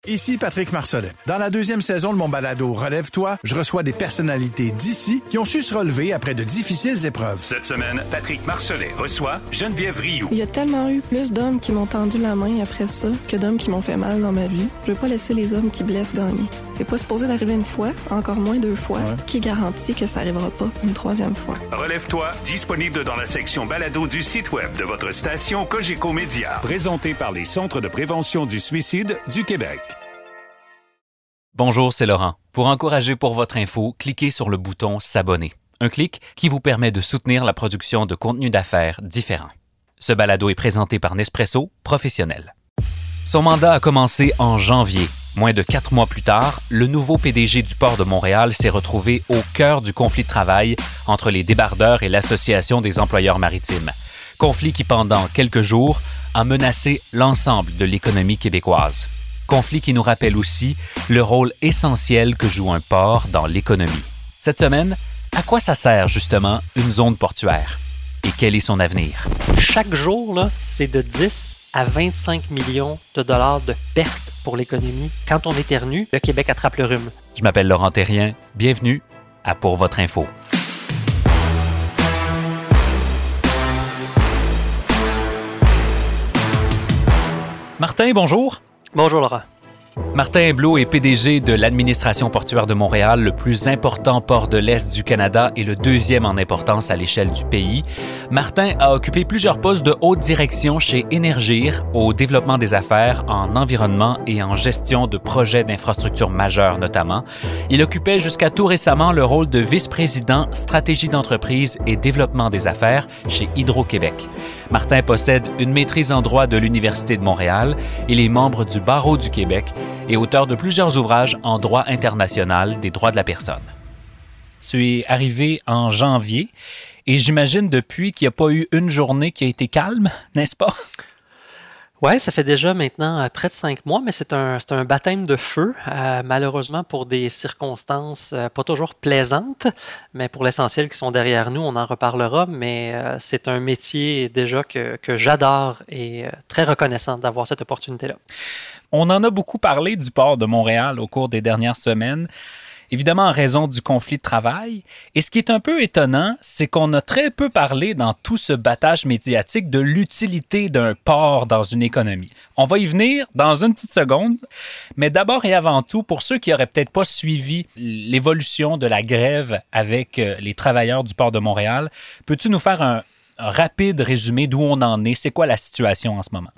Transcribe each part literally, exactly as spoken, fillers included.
Ici Patrick Marcelet. Dans la deuxième saison de mon balado Relève-toi, je reçois des personnalités d'ici qui ont su se relever après de difficiles épreuves. Cette semaine, Patrick Marcelet reçoit Geneviève Rioux. Il y a tellement eu plus d'hommes qui m'ont tendu la main après ça que d'hommes qui m'ont fait mal dans ma vie. Je veux pas laisser les hommes qui blessent gagner. C'est pas supposé d'arriver une fois, encore moins deux fois. Ouais. Qui garantit que ça arrivera pas une troisième fois? Relève-toi, disponible dans la section balado du site web de votre station Cogeco Média. Présenté par les Centres de prévention du suicide du Québec. Bonjour, c'est Laurent. Pour encourager Pour votre info, cliquez sur le bouton S'abonner. Un clic qui vous permet de soutenir la production de contenus d'affaires différents. Ce balado est présenté par Nespresso Professionnel. Son mandat a commencé en janvier. Moins de quatre mois plus tard, le nouveau P D G du Port de Montréal s'est retrouvé au cœur du conflit de travail entre les débardeurs et l'Association des employeurs maritimes. Conflit qui, pendant quelques jours, a menacé l'ensemble de l'économie québécoise. Conflit qui nous rappelle aussi le rôle essentiel que joue un port dans l'économie. Cette semaine, à quoi ça sert justement une zone portuaire? Et quel est son avenir? Chaque jour, là, c'est de dix à vingt-cinq millions de dollars de pertes pour l'économie. Quand on éternue, le Québec attrape le rhume. Je m'appelle Laurent Terrien. Bienvenue à Pour votre info. Martin, bonjour. Bonjour Laurent. Martin Hebleau est P D G de l'administration portuaire de Montréal, le plus important port de l'Est du Canada et le deuxième en importance à l'échelle du pays. Martin a occupé plusieurs postes de haute direction chez Énergir, au développement des affaires, en environnement et en gestion de projets d'infrastructures majeurs notamment. Il occupait jusqu'à tout récemment le rôle de vice-président stratégie d'entreprise et développement des affaires chez Hydro-Québec. Martin possède une maîtrise en droit de l'Université de Montréal. Il est membre du Barreau du Québec et auteur de plusieurs ouvrages en droit international des droits de la personne. Tu es arrivé en janvier et j'imagine depuis qu'il n'y a pas eu une journée qui a été calme, n'est-ce pas? Oui, ça fait déjà maintenant près de cinq mois, mais c'est un, c'est un baptême de feu, euh, malheureusement pour des circonstances euh, pas toujours plaisantes, mais pour l'essentiel qui sont derrière nous, on en reparlera, mais euh, c'est un métier déjà que, que j'adore et euh, très reconnaissant d'avoir cette opportunité-là. On en a beaucoup parlé du port de Montréal au cours des dernières semaines, évidemment en raison du conflit de travail. Et ce qui est un peu étonnant, c'est qu'on a très peu parlé dans tout ce battage médiatique de l'utilité d'un port dans une économie. On va y venir dans une petite seconde, mais d'abord et avant tout, pour ceux qui n'auraient peut-être pas suivi l'évolution de la grève avec les travailleurs du port de Montréal, peux-tu nous faire un, un rapide résumé d'où on en est? C'est quoi la situation en ce moment?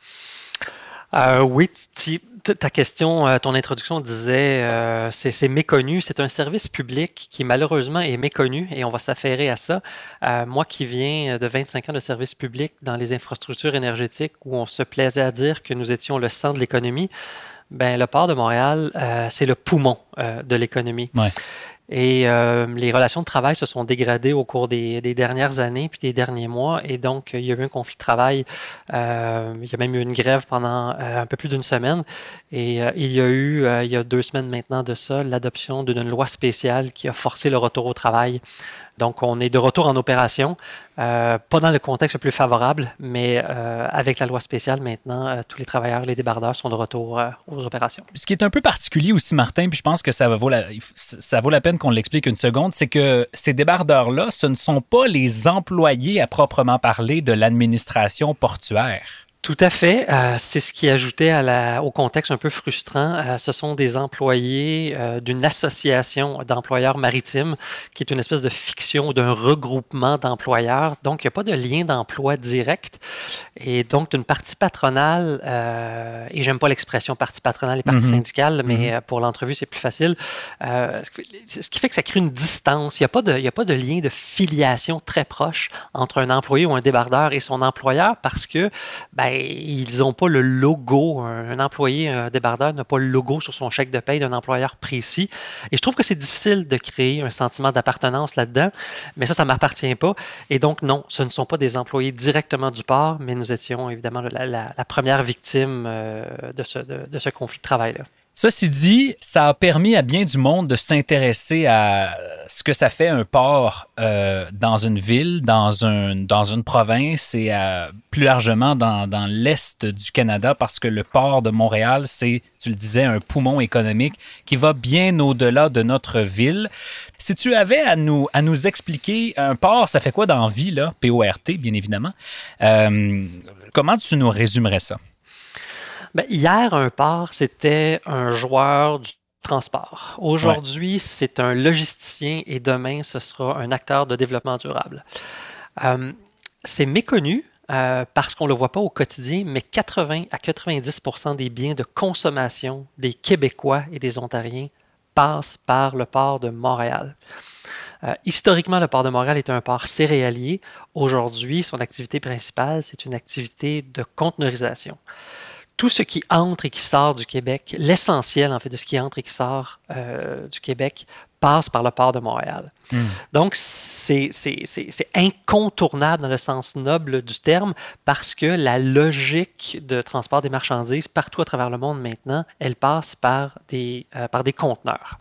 Euh, oui, tu, ta question, ton introduction disait euh, c'est, c'est méconnu. C'est un service public qui malheureusement est méconnu et on va s'affairer à ça. Euh, moi qui viens de vingt-cinq ans de service public dans les infrastructures énergétiques où on se plaisait à dire que nous étions le sang de l'économie, ben, le port de Montréal, euh, c'est le poumon euh, de l'économie. Ouais. Et euh, les relations de travail se sont dégradées au cours des, des dernières années puis des derniers mois. Et donc, il y a eu un conflit de travail. Euh, il y a même eu une grève pendant euh, un peu plus d'une semaine. Et euh, il y a eu, euh, il y a deux semaines maintenant de ça, l'adoption d'une loi spéciale qui a forcé le retour au travail. Donc, on est de retour en opération, euh, pas dans le contexte le plus favorable, mais euh, avec la loi spéciale maintenant, euh, tous les travailleurs, les débardeurs sont de retour euh, aux opérations. Ce qui est un peu particulier aussi, Martin, puis je pense que ça vaut la, ça vaut la peine qu'on l'explique une seconde, c'est que ces débardeurs-là, ce ne sont pas les employés à proprement parler de l'administration portuaire. Tout à fait. Euh, c'est ce qui ajoutait à la, au contexte un peu frustrant. Euh, ce sont des employés euh, d'une association d'employeurs maritimes qui est une espèce de fiction d'un regroupement d'employeurs. Donc, il n'y a pas de lien d'emploi direct. Et donc, d'une partie patronale, euh, et j'aime pas l'expression partie patronale et partie mm-hmm. syndicale, mais mm-hmm. pour l'entrevue, c'est plus facile. Euh, ce qui fait que ça crée une distance. Il n'y a pas de, il y a pas de lien de filiation très proche entre un employé ou un débardeur et son employeur parce que, ben, ils n'ont pas le logo. Un, un employé, un débardeur n'a pas le logo sur son chèque de paye d'un employeur précis. Et je trouve que c'est difficile de créer un sentiment d'appartenance là-dedans, mais ça, ça ne m'appartient pas. Et donc, non, ce ne sont pas des employés directement du port, mais nous étions évidemment la, la, la première victime euh, de, ce, de, de ce conflit de travail-là. Ceci dit, ça a permis à bien du monde de s'intéresser à ce que ça fait un port euh, dans une ville, dans, un, dans une province et à, plus largement dans, dans l'Est du Canada, parce que le port de Montréal, c'est, tu le disais, un poumon économique qui va bien au-delà de notre ville. Si tu avais à nous, à nous expliquer, un port, ça fait quoi dans la vie, là? P O R T, bien évidemment. Euh, comment tu nous résumerais ça? Bien, hier, un port, c'était un joueur du transport. Aujourd'hui, ouais. c'est un logisticien et demain, ce sera un acteur de développement durable. Euh, c'est méconnu euh, parce qu'on ne le voit pas au quotidien, mais quatre-vingts à quatre-vingt-dix pour cent des biens de consommation des Québécois et des Ontariens passent par le port de Montréal. Euh, historiquement, le port de Montréal est un port céréalier. Aujourd'hui, son activité principale, c'est une activité de conteneurisation. Tout ce qui entre et qui sort du Québec, l'essentiel en fait de ce qui entre et qui sort euh, du Québec passe par le port de Montréal. Mm. Donc, c'est, c'est, c'est, c'est incontournable dans le sens noble du terme parce que la logique de transport des marchandises partout à travers le monde maintenant, elle passe par des, euh, par des conteneurs.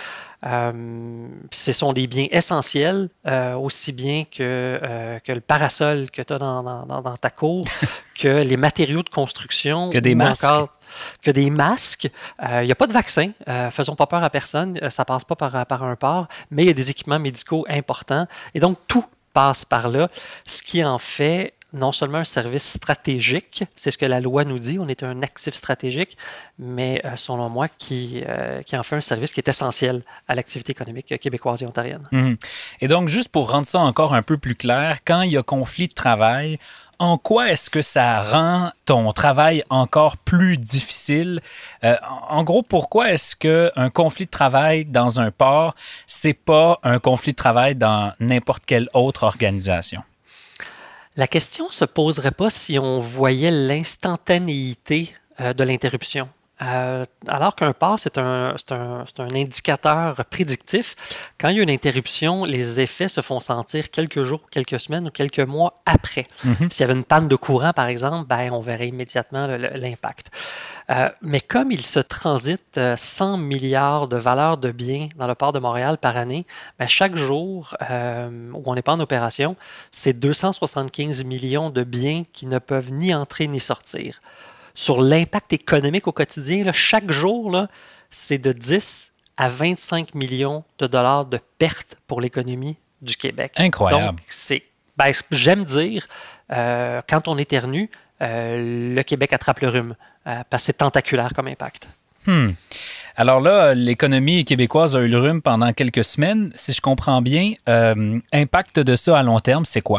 Euh, ce sont des biens essentiels, euh, aussi bien que, euh, que le parasol que tu as dans, dans, dans ta cour, que les matériaux de construction. Que des masques. Encore, que des masques. Il euh, n'y a pas de vaccin. Euh, faisons pas peur à personne. Ça ne passe pas par, par un port, mais il y a des équipements médicaux importants. Et donc, tout passe par là, ce qui en fait non seulement un service stratégique, c'est ce que la loi nous dit, on est un actif stratégique, mais euh, selon moi, qui, euh, qui en fait un service qui est essentiel à l'activité économique québécoise et ontarienne. Mmh. Et donc, juste pour rendre ça encore un peu plus clair, quand il y a conflit de travail, en quoi est-ce que ça rend ton travail encore plus difficile? Euh, en gros, pourquoi est-ce qu'un conflit de travail dans un port, c'est pas un conflit de travail dans n'importe quelle autre organisation? La question ne se poserait pas si on voyait l'instantanéité euh, de l'interruption. Euh, alors qu'un port, c'est un, c'est, un, c'est un indicateur prédictif. Quand il y a une interruption, les effets se font sentir quelques jours, quelques semaines ou quelques mois après. Mm-hmm. S'il y avait une panne de courant, par exemple, ben, on verrait immédiatement le, le, l'impact. Euh, mais comme il se transite cent milliards de valeurs de biens dans le port de Montréal par année, ben, chaque jour euh, où on n'est pas en opération, c'est deux cent soixante-quinze millions de biens qui ne peuvent ni entrer ni sortir. Sur l'impact économique au quotidien, là, chaque jour, là, c'est de dix à vingt-cinq millions de dollars de pertes pour l'économie du Québec. Incroyable. Donc, c'est, ben, j'aime dire, euh, quand on éternue, euh, le Québec attrape le rhume, euh, parce que c'est tentaculaire comme impact. Hmm. Alors là, l'économie québécoise a eu le rhume pendant quelques semaines. Si je comprends bien, euh, impact de ça à long terme, c'est quoi?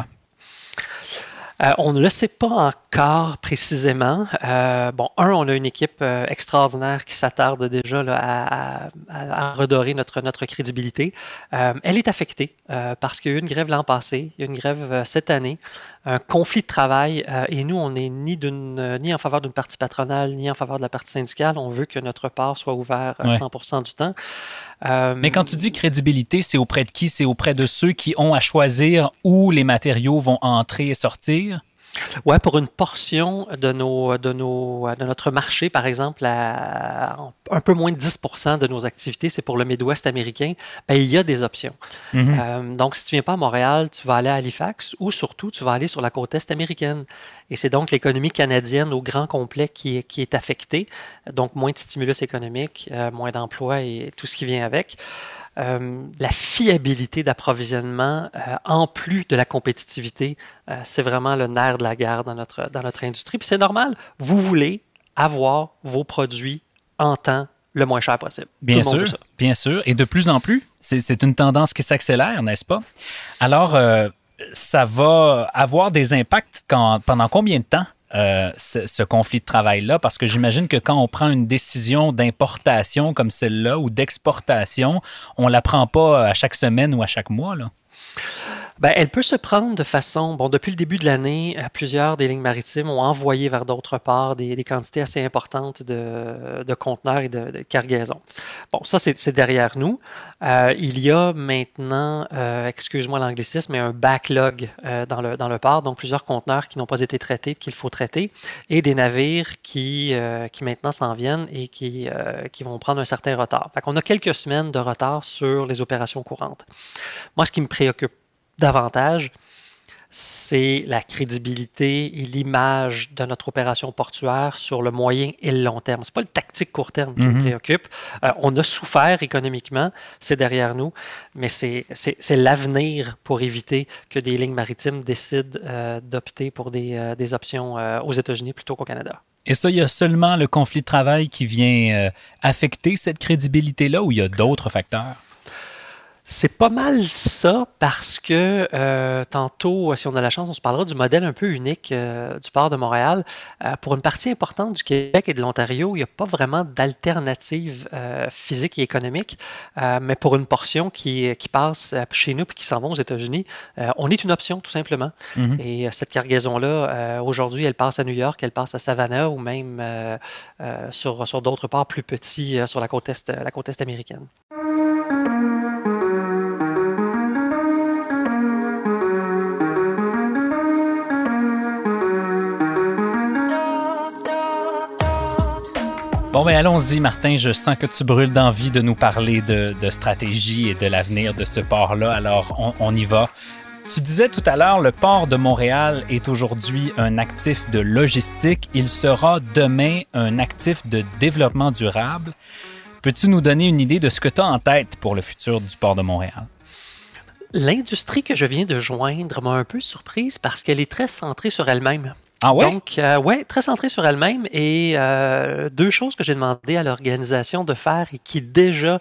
Euh, on ne le sait pas encore précisément. Euh, bon, un, on a une équipe euh, extraordinaire qui s'attarde déjà là, à, à, à redorer notre, notre crédibilité. Euh, elle est affectée euh, parce qu'il y a eu une grève l'an passé, il y a une grève euh, cette année, un conflit de travail euh, et nous, on n'est ni, d'une, euh, ni en faveur d'une partie patronale, ni en faveur de la partie syndicale. On veut que notre port soit ouvert euh, ouais. cent pour cent du temps. Euh, Mais quand tu dis crédibilité, c'est auprès de qui? C'est auprès de ceux qui ont à choisir où les matériaux vont entrer et sortir? Oui, pour une portion de, nos, de, nos, de notre marché, par exemple, à, un peu moins de dix pour cent de nos activités, c'est pour le Midwest américain, bien, il y a des options. Mm-hmm. Euh, donc, si tu ne viens pas à Montréal, tu vas aller à Halifax ou surtout, tu vas aller sur la côte est américaine. Et c'est donc l'économie canadienne au grand complet qui est, qui est affectée. Donc, moins de stimulus économique, euh, moins d'emplois et tout ce qui vient avec. Euh, la fiabilité d'approvisionnement, euh, en plus de la compétitivité, euh, c'est vraiment le nerf de la guerre dans notre, dans notre industrie. Puis c'est normal, vous voulez avoir vos produits en temps le moins cher possible. Bien sûr, bien sûr. Et de plus en plus, c'est, c'est une tendance qui s'accélère, n'est-ce pas? Alors, euh, ça va avoir des impacts quand, pendant combien de temps? Euh, ce, ce conflit de travail-là, parce que j'imagine que quand on prend une décision d'importation comme celle-là ou d'exportation, on ne la prend pas à chaque semaine ou à chaque mois, là. Ben, elle peut se prendre de façon, bon, depuis le début de l'année, euh, plusieurs des lignes maritimes ont envoyé vers d'autres ports des, des quantités assez importantes de, de conteneurs et de, de cargaisons. Bon, ça, c'est, c'est derrière nous. Euh, il y a maintenant, euh, excuse-moi l'anglicisme, mais un backlog euh, dans, le, dans le port, donc plusieurs conteneurs qui n'ont pas été traités, qu'il faut traiter, et des navires qui, euh, qui maintenant s'en viennent et qui, euh, qui vont prendre un certain retard. Fait qu'on a quelques semaines de retard sur les opérations courantes. Moi, ce qui me préoccupe davantage, c'est la crédibilité et l'image de notre opération portuaire sur le moyen et le long terme. Ce n'est pas le tactique court terme qui mm-hmm. me préoccupe. Euh, on a souffert économiquement, c'est derrière nous, mais c'est, c'est, c'est l'avenir pour éviter que des lignes maritimes décident euh, d'opter pour des, euh, des options euh, aux États-Unis plutôt qu'au Canada. Et ça, il y a seulement le conflit de travail qui vient euh, affecter cette crédibilité-là ou il y a d'autres facteurs? C'est pas mal ça parce que euh, tantôt, si on a la chance, on se parlera du modèle un peu unique euh, du port de Montréal. Euh, pour une partie importante du Québec et de l'Ontario, il n'y a pas vraiment d'alternative euh, physique et économique, euh, mais pour une portion qui, qui passe chez nous et qui s'en va aux États-Unis, euh, on est une option tout simplement. Mm-hmm. Et euh, cette cargaison-là, euh, aujourd'hui, elle passe à New York, elle passe à Savannah ou même euh, euh, sur, sur d'autres ports plus petits euh, sur la côte est, la côte est américaine. Bon, ben allons-y, Martin. Je sens que tu brûles d'envie de nous parler de, de stratégie et de l'avenir de ce port-là. Alors, on, on y va. Tu disais tout à l'heure, le port de Montréal est aujourd'hui un actif de logistique. Il sera demain un actif de développement durable. Peux-tu nous donner une idée de ce que tu as en tête pour le futur du port de Montréal? L'industrie que je viens de joindre m'a un peu surprise parce qu'elle est très centrée sur elle-même. Ah ouais? Donc, euh, ouais, très centrée sur elle-même. Et euh, deux choses que j'ai demandé à l'organisation de faire et qui déjà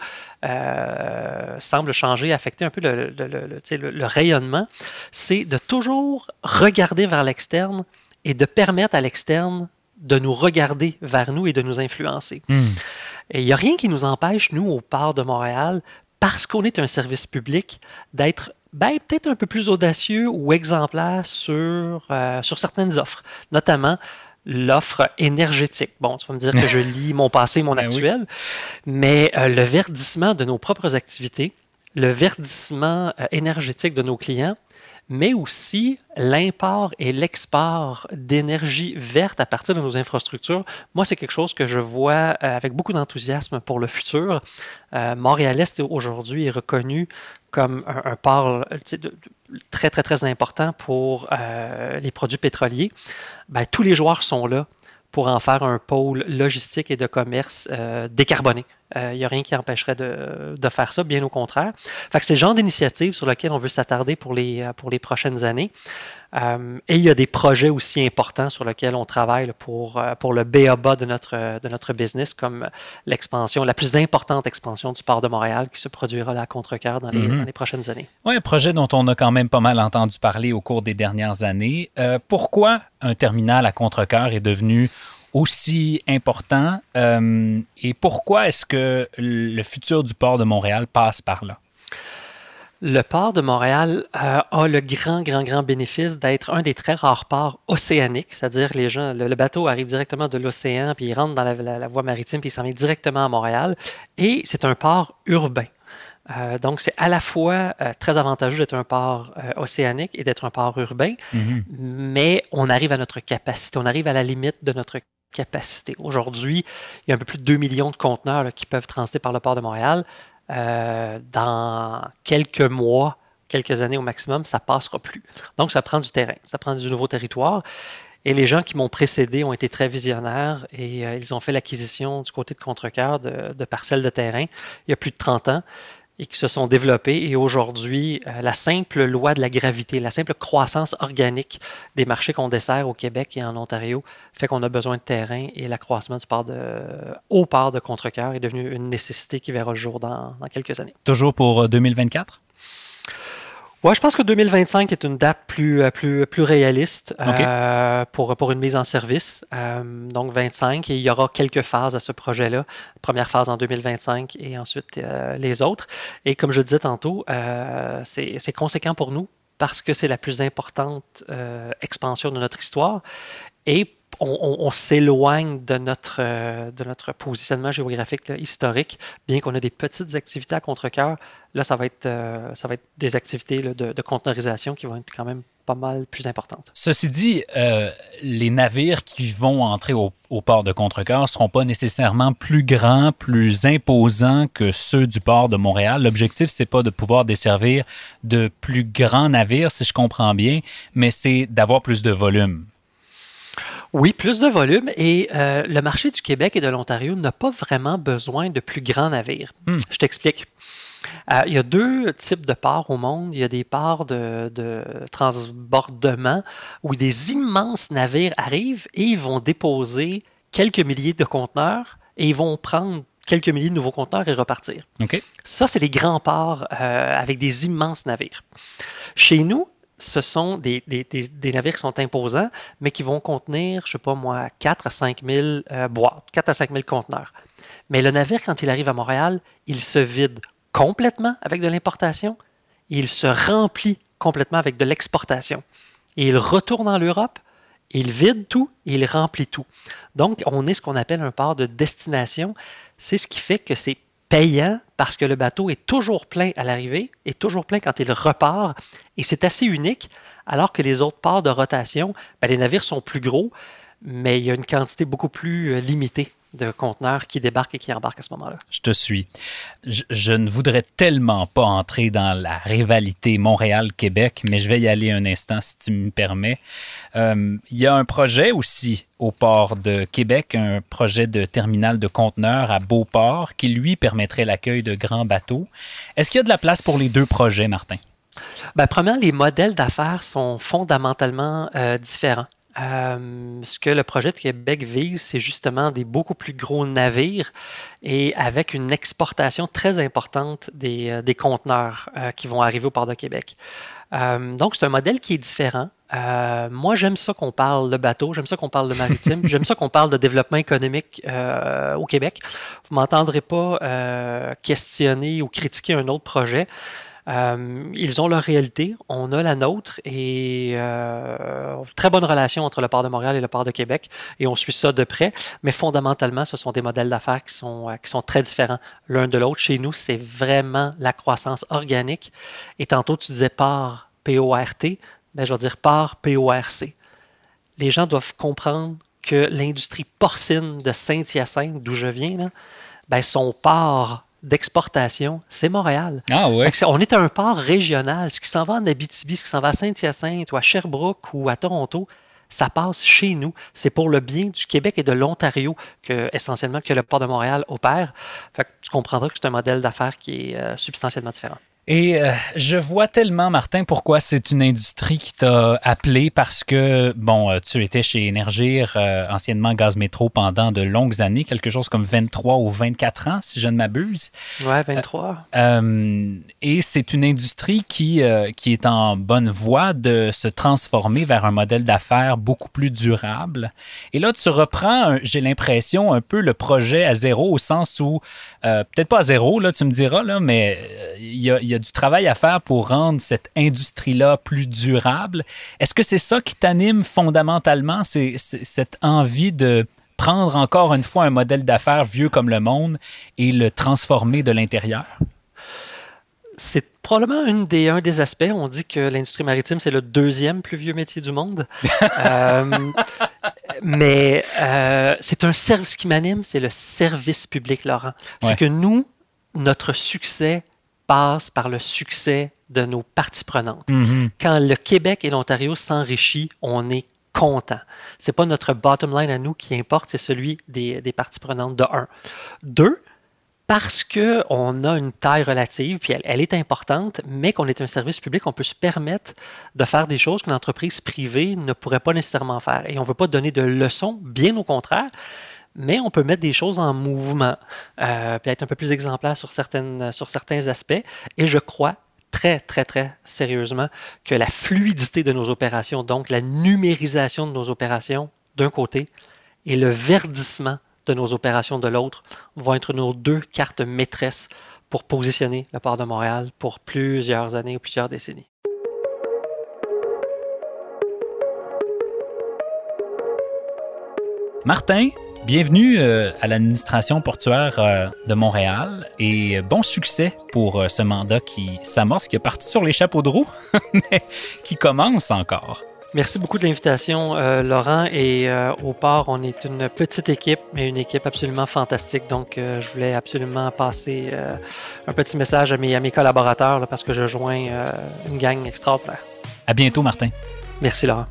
euh, semblent changer, affecter un peu le, le, le, le, le, le rayonnement, c'est de toujours regarder vers l'externe et de permettre à l'externe de nous regarder vers nous et de nous influencer. Mm. Et il n'y a rien qui nous empêche, nous, au port de Montréal, parce qu'on est un service public, d'être ben, peut-être un peu plus audacieux ou exemplaire sur, euh, sur certaines offres, notamment l'offre énergétique. Bon, tu vas me dire que je lis mon passé et mon ben actuel, oui. mais euh, le verdissement de nos propres activités, le verdissement euh, énergétique de nos clients, mais aussi l'import et l'export d'énergie verte à partir de nos infrastructures. Moi, c'est quelque chose que je vois avec beaucoup d'enthousiasme pour le futur. Euh, Montréal-Est, aujourd'hui, est reconnu comme un, un port de, de, très, très, très important pour euh, les produits pétroliers. Ben, tous les joueurs sont là pour en faire un pôle logistique et de commerce euh, décarboné. Il euh, n'y a rien qui empêcherait de, de faire ça, bien au contraire. Fait que c'est le genre d'initiative sur lequel on veut s'attarder pour les, pour les prochaines années. Euh, et il y a des projets aussi importants sur lesquels on travaille pour, pour le B A B A de notre, de notre business, comme l'expansion, la plus importante expansion du port de Montréal qui se produira là à Contrecœur dans les, mm-hmm. dans les prochaines années. Oui, un projet dont on a quand même pas mal entendu parler au cours des dernières années. Euh, pourquoi un terminal à Contrecœur est devenu aussi important euh, et pourquoi est-ce que le futur du port de Montréal passe par là? Le port de Montréal euh, a le grand, grand, grand bénéfice d'être un des très rares ports océaniques, c'est-à-dire les gens, le, le bateau arrive directement de l'océan, puis il rentre dans la, la, la voie maritime, puis il s'en vient directement à Montréal, et c'est un port urbain. Euh, donc, c'est à la fois euh, très avantageux d'être un port euh, océanique et d'être un port urbain, mm-hmm. mais on arrive à notre capacité, on arrive à la limite de notre capacité. Aujourd'hui, il y a un peu plus de deux millions de conteneurs là, qui peuvent transiter par le port de Montréal. Euh, dans quelques mois, quelques années au maximum, ça ne passera plus. Donc, ça prend du terrain, ça prend du nouveau territoire. Et les gens qui m'ont précédé ont été très visionnaires et euh, ils ont fait l'acquisition du côté de Contrecœur de, de parcelles de terrain il y a plus de trente ans et qui se sont développés. Et aujourd'hui, euh, la simple loi de la gravité, la simple croissance organique des marchés qu'on dessert au Québec et en Ontario fait qu'on a besoin de terrain et l'accroissement du port de, au port de Contrecœur est devenu une nécessité qui verra le jour dans, dans quelques années. Toujours pour deux mille vingt-quatre? Oui, je pense que deux mille vingt-cinq est une date plus, plus, plus réaliste okay. euh, pour, pour une mise en service. Euh, donc vingt-cinq, et il y aura quelques phases à ce projet-là. Première phase en deux mille vingt-cinq et ensuite euh, les autres. Et comme je disais tantôt, euh, c'est, c'est conséquent pour nous parce que c'est la plus importante euh, expansion de notre histoire et on, on, on s'éloigne de notre, euh, de notre positionnement géographique là, historique, bien qu'on ait des petites activités à contre-cœur. Là, ça va être, euh, ça va être des activités là, de, de conteneurisation qui vont être quand même pas mal plus importantes. Ceci dit, euh, les navires qui vont entrer au, au port de Contrecœur ne seront pas nécessairement plus grands, plus imposants que ceux du port de Montréal. L'objectif, c'est pas de pouvoir desservir de plus grands navires, si je comprends bien, mais c'est d'avoir plus de volume. Oui, plus de volume et euh, le marché du Québec et de l'Ontario n'a pas vraiment besoin de plus grands navires. Hmm. Je t'explique. Euh, il y a deux types de ports au monde. Il y a des ports de, de transbordement où des immenses navires arrivent et ils vont déposer quelques milliers de conteneurs et ils vont prendre quelques milliers de nouveaux conteneurs et repartir. Okay. Ça, c'est les grands ports euh, avec des immenses navires. Chez nous, ce sont des, des, des, des navires qui sont imposants, mais qui vont contenir, je ne sais pas moi, quatre à cinq mille euh, boîtes, quatre à cinq mille conteneurs. Mais le navire, quand il arrive à Montréal, il se vide complètement avec de l'importation et il se remplit complètement avec de l'exportation. Et il retourne en Europe, il vide tout et il remplit tout. Donc, on est ce qu'on appelle un port de destination. C'est ce qui fait que c'est payant parce que le bateau est toujours plein à l'arrivée, est toujours plein quand il repart, et c'est assez unique, alors que les autres ports de rotation, ben, les navires sont plus gros, mais il y a une quantité beaucoup plus limitée de conteneurs qui débarquent et qui embarquent à ce moment-là. Je te suis. Je, je ne voudrais tellement pas entrer dans la rivalité Montréal-Québec, mais je vais y aller un instant si tu me permets. Euh, il y a un projet aussi au port de Québec, un projet de terminal de conteneurs à Beauport qui, lui, permettrait l'accueil de grands bateaux. Est-ce qu'il y a de la place pour les deux projets, Martin? Bien, premièrement, les modèles d'affaires sont fondamentalement euh, différents. Euh, ce que le projet de Québec vise, c'est justement des beaucoup plus gros navires et avec une exportation très importante des, euh, des conteneurs euh, qui vont arriver au port de Québec. Euh, donc, c'est un modèle qui est différent. Euh, moi, j'aime ça qu'on parle de bateau, j'aime ça qu'on parle de maritime, j'aime ça qu'on parle de développement économique euh, au Québec. Vous ne m'entendrez pas euh, questionner ou critiquer un autre projet. Euh, ils ont leur réalité, on a la nôtre et euh, très bonne relation entre le port de Montréal et le port de Québec et on suit ça de près, mais fondamentalement, ce sont des modèles d'affaires qui sont, qui sont très différents l'un de l'autre. Chez nous, c'est vraiment la croissance organique et tantôt tu disais port P O R T, ben, je vais dire port P O R C. Les gens doivent comprendre que l'industrie porcine de Saint-Hyacinthe, d'où je viens, là, ben, son port d'exportation, c'est Montréal. Ah ouais. On est un port régional. Ce qui s'en va en Abitibi, ce qui s'en va à Saint-Hyacinthe ou à Sherbrooke ou à Toronto, ça passe chez nous. C'est pour le bien du Québec et de l'Ontario que, essentiellement, que le port de Montréal opère. Fait que tu comprendras que c'est un modèle d'affaires qui est euh, substantiellement différent. Et euh, je vois tellement, Martin, pourquoi c'est une industrie qui t'a appelé parce que, bon, euh, tu étais chez Énergir, euh, anciennement Gaz Métro, pendant de longues années, quelque chose comme vingt-trois ou vingt-quatre ans, si je ne m'abuse. Ouais, vingt-trois. Euh, euh, et c'est une industrie qui, euh, qui est en bonne voie de se transformer vers un modèle d'affaires beaucoup plus durable. Et là, tu reprends, j'ai l'impression, un peu le projet à zéro, au sens où, euh, peut-être pas à zéro, là, tu me diras, là, mais il y a, y a du travail à faire pour rendre cette industrie-là plus durable. Est-ce que c'est ça qui t'anime fondamentalement, c'est, c'est cette envie de prendre encore une fois un modèle d'affaires vieux comme le monde et le transformer de l'intérieur? C'est probablement une des, un des aspects. On dit que l'industrie maritime, c'est le deuxième plus vieux métier du monde. euh, mais euh, c'est un service qui m'anime, c'est le service public, Laurent. C'est ouais. que nous, notre succès passe par le succès de nos parties prenantes. Mm-hmm. Quand le Québec et l'Ontario s'enrichissent, on est content. C'est pas notre bottom line à nous qui importe, c'est celui des, des parties prenantes de un. Deux, parce qu'on a une taille relative, puis elle, elle est importante, mais qu'on est un service public, on peut se permettre de faire des choses qu'une entreprise privée ne pourrait pas nécessairement faire. Et on ne veut pas donner de leçons, bien au contraire, mais on peut mettre des choses en mouvement, euh, puis être un peu plus exemplaire sur, certaines, sur certains aspects. Et je crois très, très, très sérieusement que la fluidité de nos opérations, donc la numérisation de nos opérations d'un côté et le verdissement de nos opérations de l'autre vont être nos deux cartes maîtresses pour positionner le port de Montréal pour plusieurs années ou plusieurs décennies. Martin, bienvenue euh, à l'administration portuaire euh, de Montréal et bon succès pour euh, ce mandat qui s'amorce, qui est parti sur les chapeaux de roue, mais qui commence encore. Merci beaucoup de l'invitation, euh, Laurent. Et euh, au port, on est une petite équipe, mais une équipe absolument fantastique. Donc, euh, je voulais absolument passer euh, un petit message à mes, à mes collaborateurs là, parce que je joins euh, une gang extraordinaire. À bientôt, Martin. Merci, Laurent.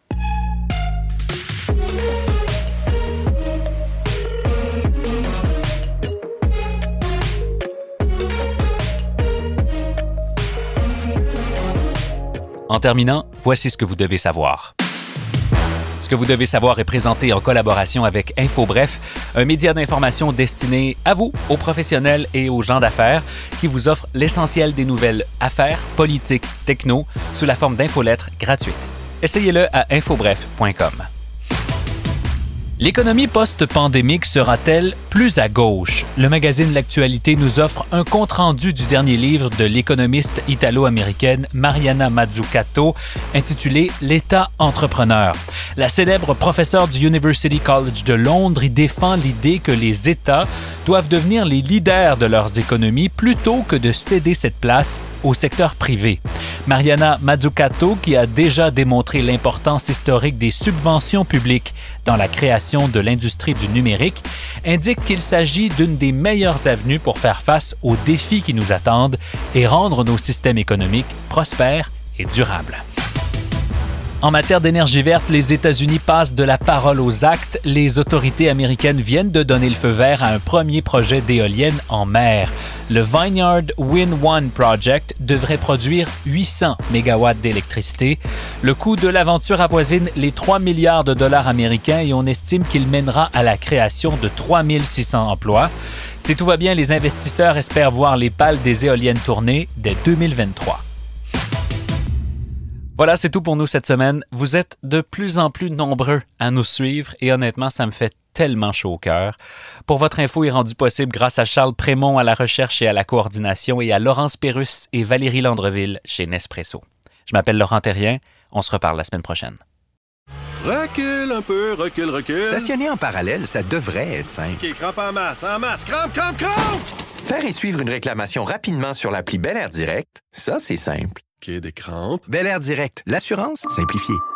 En terminant, voici ce que vous devez savoir. Ce que vous devez savoir est présenté en collaboration avec InfoBref, un média d'information destiné à vous, aux professionnels et aux gens d'affaires, qui vous offre l'essentiel des nouvelles affaires, politiques, techno, sous la forme d'infolettres gratuites. Essayez-le à infobref point com. L'économie post-pandémique sera-t-elle plus à gauche? Le magazine L'Actualité nous offre un compte-rendu du dernier livre de l'économiste italo-américaine Mariana Mazzucato, intitulé « L'État entrepreneur ». La célèbre professeure du University College de Londres y défend l'idée que les États doivent devenir les leaders de leurs économies plutôt que de céder cette place au secteur privé. Mariana Mazzucato, qui a déjà démontré l'importance historique des subventions publiques dans la création de l'industrie du numérique, indique qu'il s'agit d'une des meilleures avenues pour faire face aux défis qui nous attendent et rendre nos systèmes économiques prospères et durables. En matière d'énergie verte, les États-Unis passent de la parole aux actes. Les autorités américaines viennent de donner le feu vert à un premier projet d'éolienne en mer. Le Vineyard Wind One Project devrait produire huit cents mégawatts d'électricité. Le coût de l'aventure avoisine les trois milliards de dollars américains et on estime qu'il mènera à la création de trois mille six cents emplois. Si tout va bien, les investisseurs espèrent voir les pales des éoliennes tourner dès deux mille vingt-trois. Voilà, c'est tout pour nous cette semaine. Vous êtes de plus en plus nombreux à nous suivre et honnêtement, ça me fait tellement chaud au cœur. Pour votre info est rendu possible grâce à Charles Prémont à la recherche et à la coordination et à Laurence Pérusse et Valérie Landreville chez Nespresso. Je m'appelle Laurent Terrien. On se reparle la semaine prochaine. Recule un peu, recule, recule. Stationner en parallèle, ça devrait être simple. OK, crampe en masse, en masse, crampe, crampe, crampe! Faire et suivre une réclamation rapidement sur l'appli Bel Air Direct, ça, c'est simple. OK, des crampes. Bel Air Direct, l'assurance simplifiée.